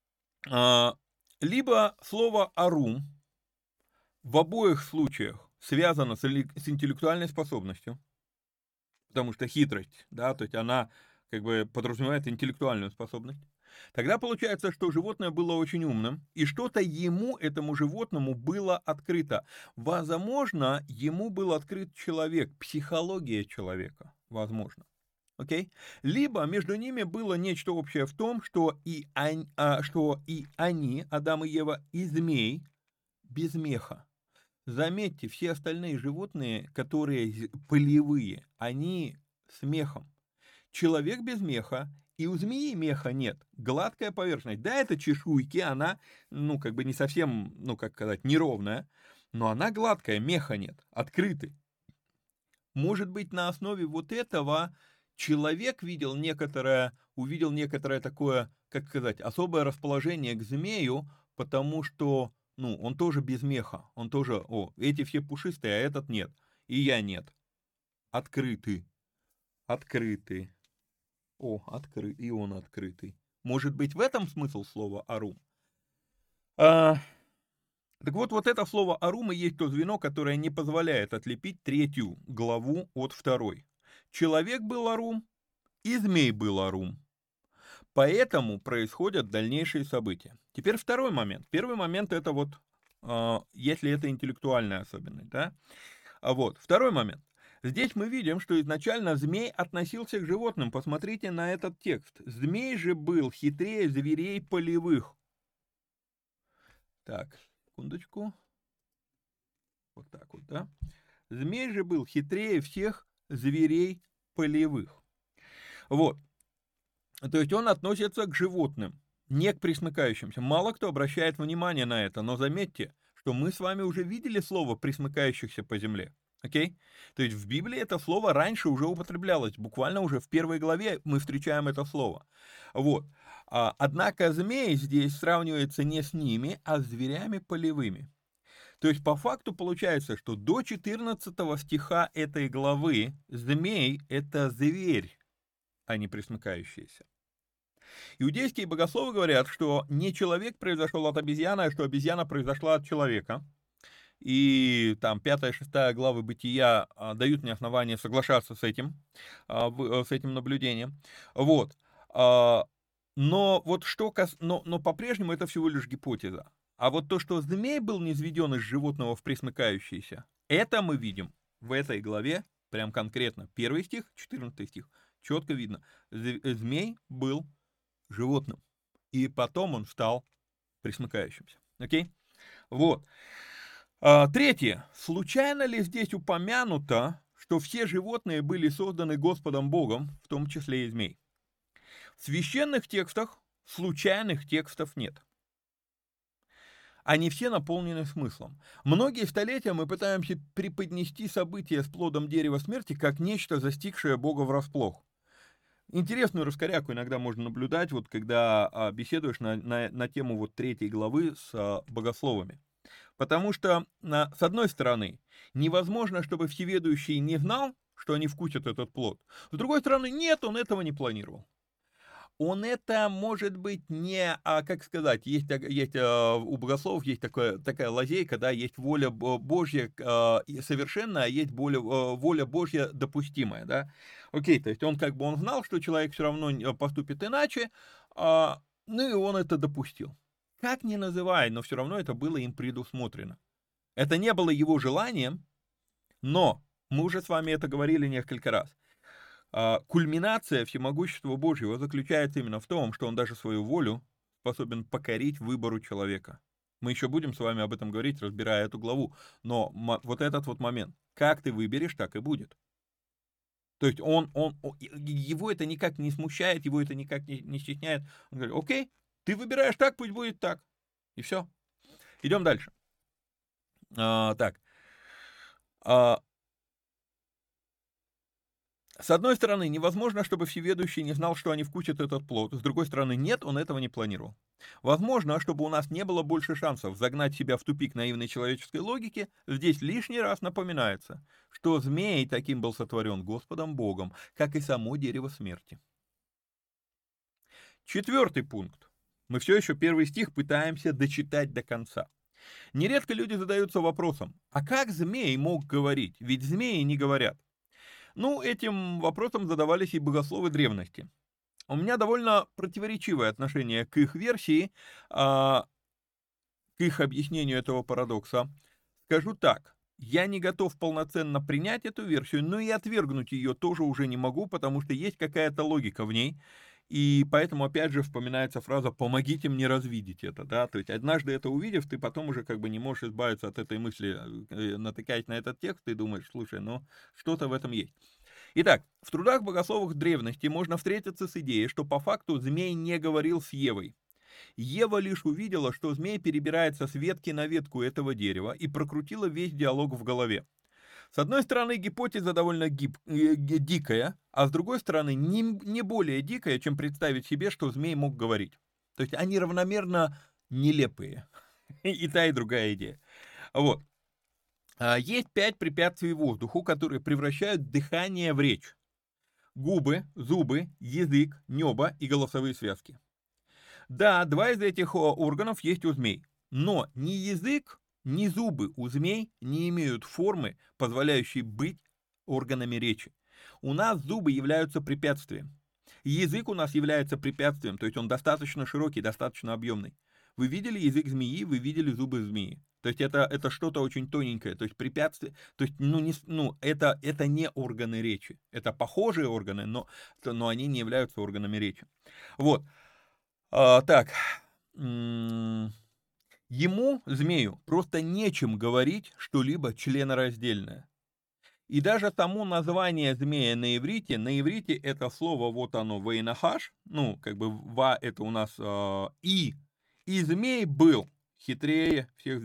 Либо слово «арум» в обоих случаях связано с интеллектуальной способностью, потому что хитрость, да, то есть она как бы подразумевает интеллектуальную способность. Тогда получается, что животное было очень умным, и что-то этому животному, было открыто. Возможно, ему был открыт человек, психология человека, возможно. Окей? Либо между ними было нечто общее в том, что и они, Адам и Ева, и змей, без меха. Заметьте, все остальные животные, которые полевые, они с мехом. Человек без меха, и у змеи меха нет. Гладкая поверхность. Да, это чешуйки, она, как бы не совсем, как сказать, неровная, но она гладкая, меха нет, открытый. может быть, на основе вот этого человек увидел некоторое такое, как сказать, особое расположение к змею, потому что, ну, он тоже без меха, он тоже, эти все пушистые, а этот нет, и я нет. Открытый, открытый, и он открытый. Может быть, в этом смысл слова «арум»? Так вот это слово «арум» и есть то звено, которое не позволяет отлепить 3 главу от 2. Человек был арум, и змей был арум. Поэтому происходят дальнейшие события. Теперь второй момент. Первый момент это вот, если это интеллектуальная особенность, да? А вот, второй момент. Здесь мы видим, что изначально змей относился к животным. Посмотрите на этот текст. Змей же был хитрее зверей полевых. Так, секундочку. Вот так вот, да? Змей же был хитрее всех зверей полевых. Вот. То есть он относится к животным, не к пресмыкающимся. Мало кто обращает внимание на это, но заметьте, что мы с вами уже видели слово «пресмыкающихся по земле». Окей? То есть в Библии это слово раньше уже употреблялось, буквально уже в 1 главе мы встречаем это слово. Вот. Однако змей здесь сравнивается не с ними, а с зверями полевыми. То есть по факту получается, что до 14 стиха этой главы змей – это зверь, а не пресмыкающийся. Иудейские богословы говорят, что не человек произошел от обезьяны, а что обезьяна произошла от человека. И там 5-6 главы Бытия дают мне основание соглашаться с этим наблюдением. Вот. Но по-прежнему это всего лишь гипотеза. А вот то, что змей был низведен из животного в пресмыкающийся, это мы видим в этой главе, прям конкретно. 1 стих, 14 стих, четко видно. Змей был животным, и потом он стал пресмыкающимся. Окей? Вот. Третье. Случайно ли здесь упомянуто, что все животные были созданы Господом Богом, в том числе и змей? В священных текстах случайных текстов нет. Они все наполнены смыслом. Многие столетия мы пытаемся преподнести события с плодом дерева смерти как нечто, застигшее Бога врасплох. Интересную раскоряку иногда можно наблюдать, вот когда беседуешь на тему вот 3 главы с богословами. Потому что, с одной стороны, невозможно, чтобы всеведущий не знал, что они вкусят этот плод. С другой стороны, нет, он этого не планировал. Он это, может быть, не, как сказать, есть у богословов есть такая лазейка, да, есть воля Божья совершенная, а есть воля Божья допустимая, да. Окей, то есть он знал, что человек все равно поступит иначе, ну и он это допустил. Как ни называй, но все равно это было им предусмотрено. Это не было его желанием, но мы уже с вами это говорили несколько раз. Кульминация всемогущества Божьего заключается именно в том, что он даже свою волю способен покорить выбору человека. Мы еще будем с вами об этом говорить, разбирая эту главу. Но вот этот вот момент, как ты выберешь, так и будет. То есть его это никак не смущает, его это никак не стесняет. Он говорит, окей, ты выбираешь так, пусть будет так. И все. Идем дальше. С одной стороны, невозможно, чтобы всеведущий не знал, что они вкусят этот плод. С другой стороны, нет, он этого не планировал. Возможно, чтобы у нас не было больше шансов загнать себя в тупик наивной человеческой логики, здесь лишний раз напоминается, что змей таким был сотворен Господом Богом, как и само дерево смерти. 4 пункт. Мы все еще 1 стих пытаемся дочитать до конца. Нередко люди задаются вопросом, а как змей мог говорить? Ведь змеи не говорят. Ну, этим вопросом задавались и богословы древности. У меня довольно противоречивое отношение к их версии, к их объяснению этого парадокса. Скажу так, я не готов полноценно принять эту версию, но и отвергнуть ее тоже уже не могу, потому что есть какая-то логика в ней. И поэтому, опять же, вспоминается фраза «помогите мне развидеть это», да, то есть однажды это увидев, ты потом уже не можешь избавиться от этой мысли, натыкаясь на этот текст, и думаешь, слушай, что-то в этом есть. Итак, в трудах богословов древности можно встретиться с идеей, что по факту змей не говорил с Евой. Ева лишь увидела, что змей перебирается с ветки на ветку этого дерева и прокрутила весь диалог в голове. С одной стороны, гипотеза довольно дикая, а с другой стороны, не более дикая, чем представить себе, что змей мог говорить. То есть они равномерно нелепые. И та, и другая идея. Вот. Есть 5 препятствий воздуху, которые превращают дыхание в речь. Губы, зубы, язык, небо и голосовые связки. Да, 2 из этих органов есть у змей. Но ни язык, ни зубы у змей не имеют формы, позволяющей быть органами речи. У нас зубы являются препятствием. Язык у нас является препятствием, то есть он достаточно широкий, достаточно объемный. Вы видели язык змеи, вы видели зубы змеи. То есть это что-то очень тоненькое, то есть препятствие, то есть это не органы речи. Это похожие органы, но они не являются органами речи. Вот. Так. Ему, змею, просто нечем говорить что-либо членораздельное. И даже само название змея на иврите это слово, вот оно, вейнахаш, ва это у нас и змей был хитрее всех,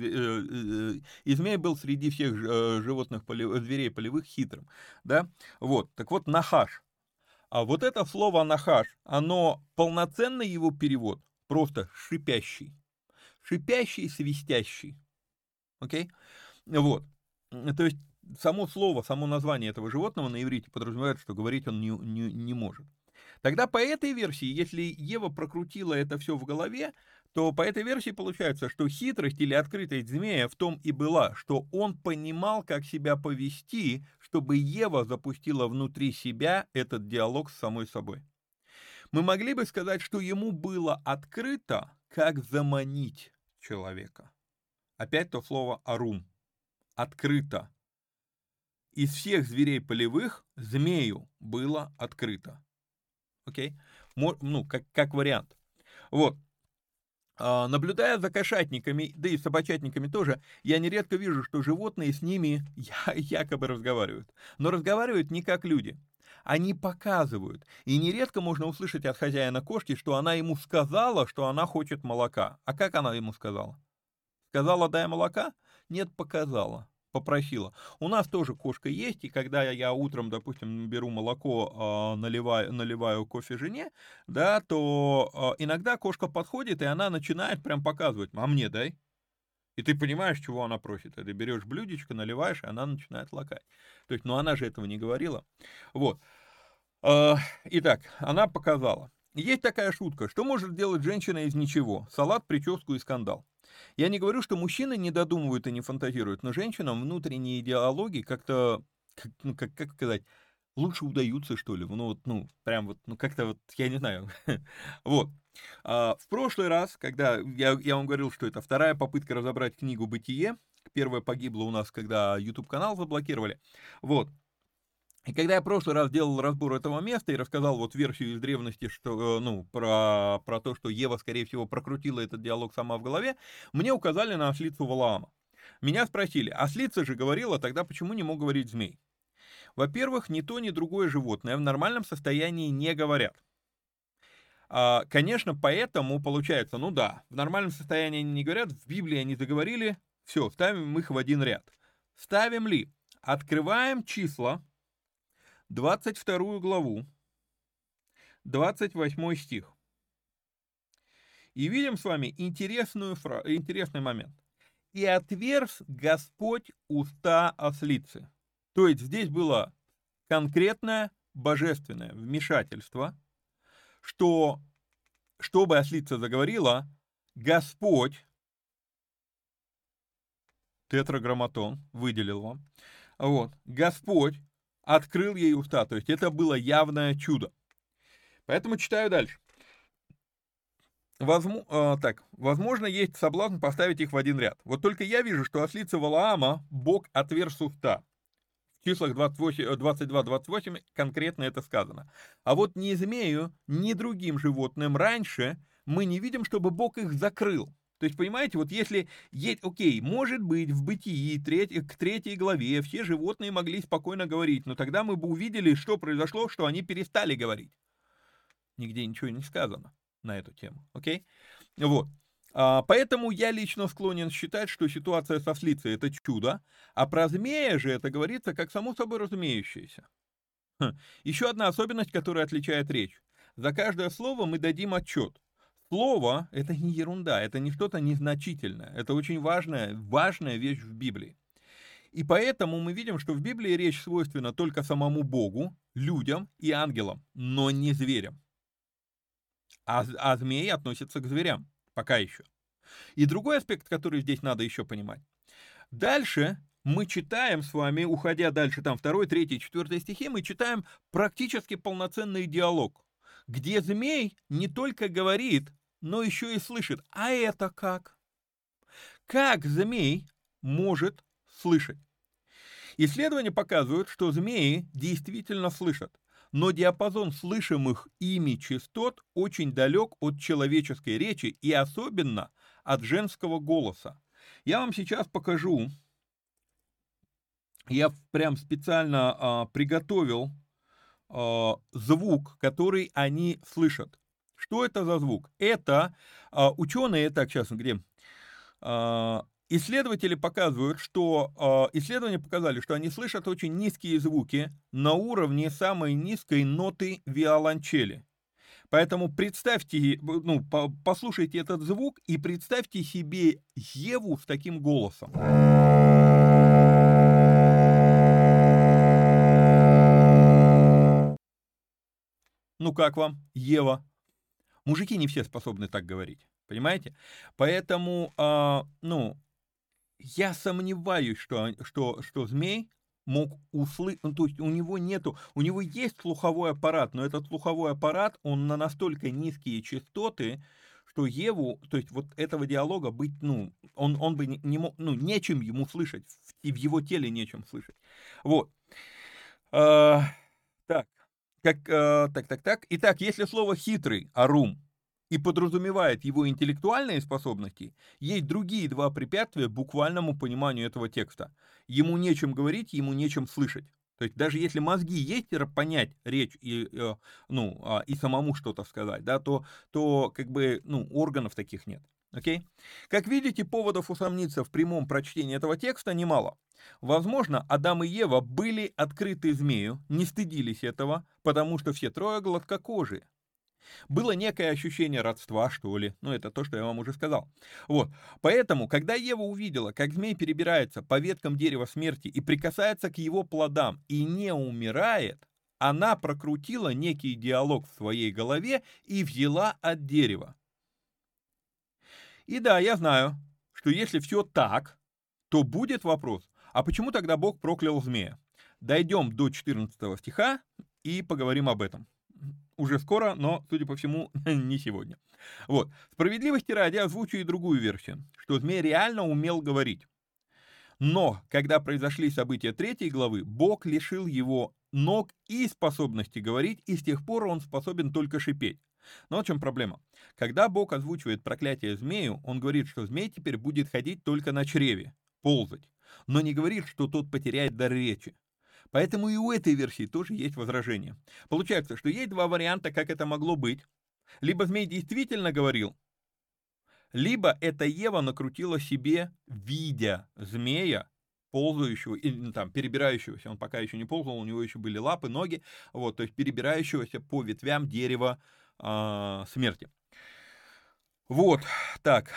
и змей был среди всех животных, зверей полевых хитрым, да, вот, так вот, нахаш. А вот это слово нахаш, оно, полноценный его перевод, просто шипящий. Шипящий, свистящий. Окей? Вот. То есть само слово, само название этого животного на иврите подразумевает, что говорить он не может. Тогда по этой версии, если Ева прокрутила это все в голове, то по этой версии получается, что хитрость или открытость змея в том и была, что он понимал, как себя повести, чтобы Ева запустила внутри себя этот диалог с самой собой. Мы могли бы сказать, что ему было открыто, как заманить человека. Опять то слово «арум». Открыто. Из всех зверей полевых змею было открыто. Окей? Как вариант. Вот. Наблюдая за кошатниками, да и собачатниками тоже, я нередко вижу, что животные с ними якобы разговаривают. Но разговаривают не как люди. Они показывают. И нередко можно услышать от хозяина кошки, что она ему сказала, что она хочет молока. А как она ему сказала? Сказала, дай молока? Нет, показала. Попросила. У нас тоже кошка есть, и когда я утром, допустим, беру молоко, наливаю кофе жене, да, то иногда кошка подходит, и она начинает прям показывать, а мне дай. И ты понимаешь, чего она просит. Ты берешь блюдечко, наливаешь, и она начинает лакать. То есть, она же этого не говорила. Вот. Итак, она показала. Есть такая шутка, что может делать женщина из ничего? Салат, прическу и скандал. Я не говорю, что мужчины не додумывают и не фантазируют, но женщинам внутренние диалоги как-то, как сказать, лучше удаются, что ли. Как-то я не знаю. Вот. В прошлый раз, когда я вам говорил, что это вторая попытка разобрать книгу «Бытие», первая погибла у нас, когда YouTube-канал заблокировали, вот. И когда я в прошлый раз делал разбор этого места и рассказал вот версию из древности, что, про то, что Ева, скорее всего, прокрутила этот диалог сама в голове, мне указали на ослицу Валаама. Меня спросили, ослица же говорила, тогда почему не мог говорить змей? Во-первых, ни то, ни другое животное в нормальном состоянии не говорят. Конечно, поэтому получается, в нормальном состоянии они не говорят, в Библии они заговорили, все, ставим их в один ряд. Ставим ли? Открываем числа, 22 главу, 28 стих. И видим с вами интересный момент. «И отверз Господь уста ослицы». То есть здесь было конкретное божественное вмешательство, что, чтобы ослица заговорила, Господь, тетраграмматон, выделил вам, вот, Господь открыл ей уста, то есть это было явное чудо. Поэтому читаю дальше. Возможно, есть соблазн поставить их в один ряд. Вот только я вижу, что ослица Валаама Бог отверз уста. В числах 22-28 конкретно это сказано. А вот ни змею, ни другим животным раньше мы не видим, чтобы Бог их закрыл. То есть, понимаете, вот если есть, может быть, в Бытии, к 3 главе, все животные могли спокойно говорить, но тогда мы бы увидели, что произошло, что они перестали говорить. Нигде ничего не сказано на эту тему, Вот. Поэтому я лично склонен считать, что ситуация со слицей — это чудо, а про змея же это говорится как само собой разумеющееся. Еще одна особенность, которая отличает речь. За каждое слово мы дадим отчет. Слово — это не ерунда, это не что-то незначительное, это очень важная вещь в Библии. И поэтому мы видим, что в Библии речь свойственна только самому Богу, людям и ангелам, но не зверям. А змеи относятся к зверям, пока еще. И другой аспект, который здесь надо еще понимать. Дальше мы читаем с вами, уходя дальше, там 2, 3, 4 стихи, мы читаем практически полноценный диалог, где змей не только говорит, но еще и слышит. А это как? Как змей может слышать? Исследования показывают, что змеи действительно слышат, но диапазон слышимых ими частот очень далек от человеческой речи и особенно от женского голоса. Я вам сейчас покажу, я прям специально приготовил звук, который они слышат. Что это за звук? Это ученые, так, сейчас где? Исследователи показывают, что исследования показали, что они слышат очень низкие звуки на уровне самой низкой ноты виолончели. Поэтому представьте, послушайте этот звук и представьте себе Еву с таким голосом. Ну как вам, Ева? Мужики не все способны так говорить, понимаете? Поэтому, я сомневаюсь, что змей мог услышать, то есть у него есть слуховой аппарат, но этот слуховой аппарат, он на настолько низкие частоты, что Еву, то есть вот этого диалога быть, он бы не мог, нечем ему слышать, и в его теле нечем слышать. Вот. Так. Итак, если слово «хитрый», «арум», и подразумевает его интеллектуальные способности, есть другие два препятствия буквальному пониманию этого текста. Ему нечем говорить, ему нечем слышать. То есть даже если мозги есть понять речь и самому что-то сказать, да, то органов таких нет. Окей? Как видите, поводов усомниться в прямом прочтении этого текста немало. Возможно, Адам и Ева были открыты змею, не стыдились этого, потому что все трое гладкокожие. Было некое ощущение родства, что ли. Это то, что я вам уже сказал. Вот. Поэтому, когда Ева увидела, как змей перебирается по веткам дерева смерти и прикасается к его плодам и не умирает, она прокрутила некий диалог в своей голове и взяла от дерева. И да, я знаю, что если все так, то будет вопрос, а почему тогда Бог проклял змея? Дойдем до 14 стиха и поговорим об этом. Уже скоро, но, судя по всему, не сегодня. Вот. Справедливости ради озвучу и другую версию, что змей реально умел говорить. Но, когда произошли события 3 главы, Бог лишил его ног и способности говорить, и с тех пор он способен только шипеть. Но в чем проблема? Когда Бог озвучивает проклятие змею, он говорит, что змей теперь будет ходить только на чреве, ползать, но не говорит, что тот потеряет дар речи. Поэтому и у этой версии тоже есть возражение. Получается, что есть два варианта, как это могло быть. Либо змей действительно говорил, либо это Ева накрутила себе, видя змея, ползающего, или перебирающегося, он пока еще не ползал, у него еще были лапы, ноги, вот, то есть перебирающегося по ветвям дерева смерти. Вот, так.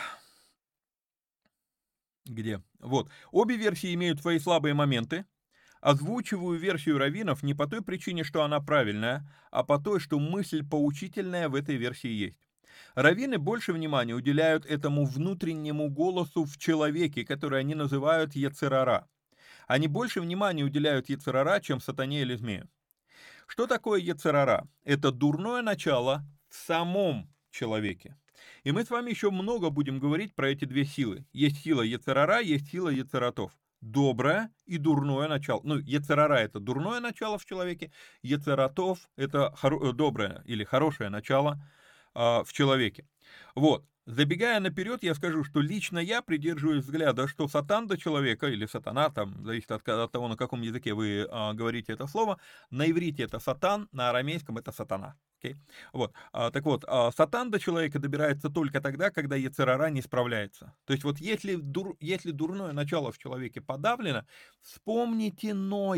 Где? Вот. Обе версии имеют свои слабые моменты. Озвучиваю версию раввинов не по той причине, что она правильная, а по той, что мысль поучительная в этой версии есть. Раввины больше внимания уделяют этому внутреннему голосу в человеке, который они называют йецер ара. Они больше внимания уделяют йецер ара, чем сатане или змею. Что такое йецер ара? Это дурное начало в самом человеке. И мы с вами еще много будем говорить про эти две силы. Есть сила йецер ара, есть сила йецер атов. Доброе и дурное начало. Йецер ара — это дурное начало в человеке, йецер атов — это доброе или хорошее начало в человеке. Вот. Забегая наперед, я скажу, что лично я придерживаюсь взгляда, что сатан до человека, или сатана, там, зависит от того, на каком языке вы говорите это слово, на иврите это сатан, на арамейском это сатана. Окей? Вот. Так вот, сатан до человека добирается только тогда, когда йецер ара не справляется. То есть вот если дурное начало в человеке подавлено, вспомните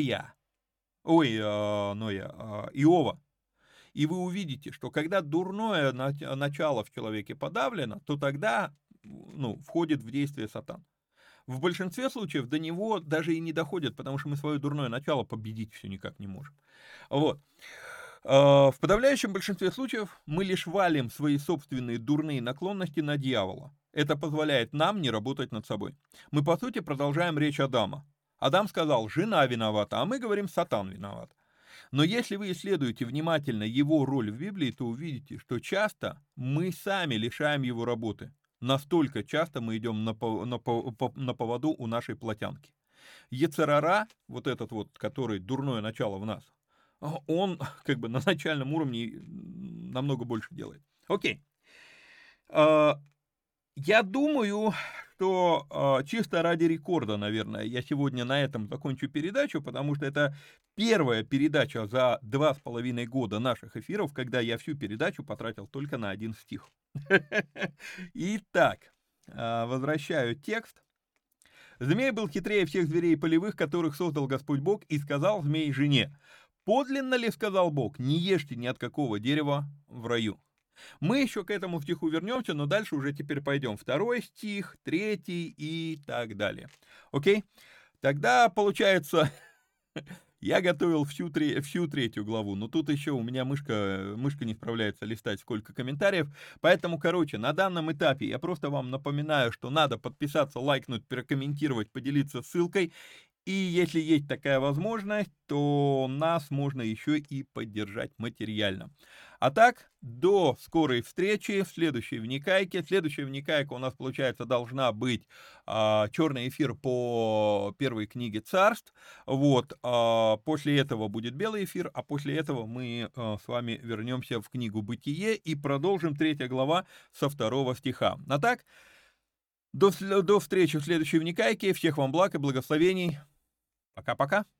Иова. И вы увидите, что когда дурное начало в человеке подавлено, то тогда входит в действие сатан. В большинстве случаев до него даже и не доходит, потому что мы свое дурное начало победить все никак не можем. Вот. В подавляющем большинстве случаев мы лишь валим свои собственные дурные наклонности на дьявола. Это позволяет нам не работать над собой. Мы, по сути, продолжаем речь Адама. Адам сказал, жена виновата, а мы говорим, сатан виноват. Но если вы исследуете внимательно его роль в Библии, то увидите, что часто мы сами лишаем его работы. Настолько часто мы идем на поводу у нашей плотянки. Йецер ара, вот этот вот, который дурное начало в нас, он как бы на начальном уровне намного больше делает. Окей. Я думаю, что чисто ради рекорда, наверное, я сегодня на этом закончу передачу, потому что это первая передача за 2,5 года наших эфиров, когда я всю передачу потратил только на один стих. Итак, возвращаю текст. «Змей был хитрее всех зверей полевых, которых создал Господь Бог, и сказал змей жене, подлинно ли, сказал Бог, не ешьте ни от какого дерева в раю». Мы еще к этому стиху вернемся, но дальше уже теперь пойдем. 2 стих, 3 и так далее. Окей? Тогда, получается, я готовил всю 3 главу, но тут еще у меня мышка не справляется листать сколько комментариев. Поэтому, короче, на данном этапе я просто вам напоминаю, что надо подписаться, лайкнуть, прокомментировать, поделиться ссылкой. И если есть такая возможность, то нас можно еще и поддержать материально. А так, до скорой встречи в следующей вникайке. Следующая вникайка у нас, получается, должна быть черный эфир по первой книге Царств. Вот, после этого будет белый эфир, а после этого мы с вами вернемся в книгу Бытие и продолжим 3 глава со 2 стиха. А так, до встречи в следующей вникайке. Всех вам благ и благословений. Пока-пока.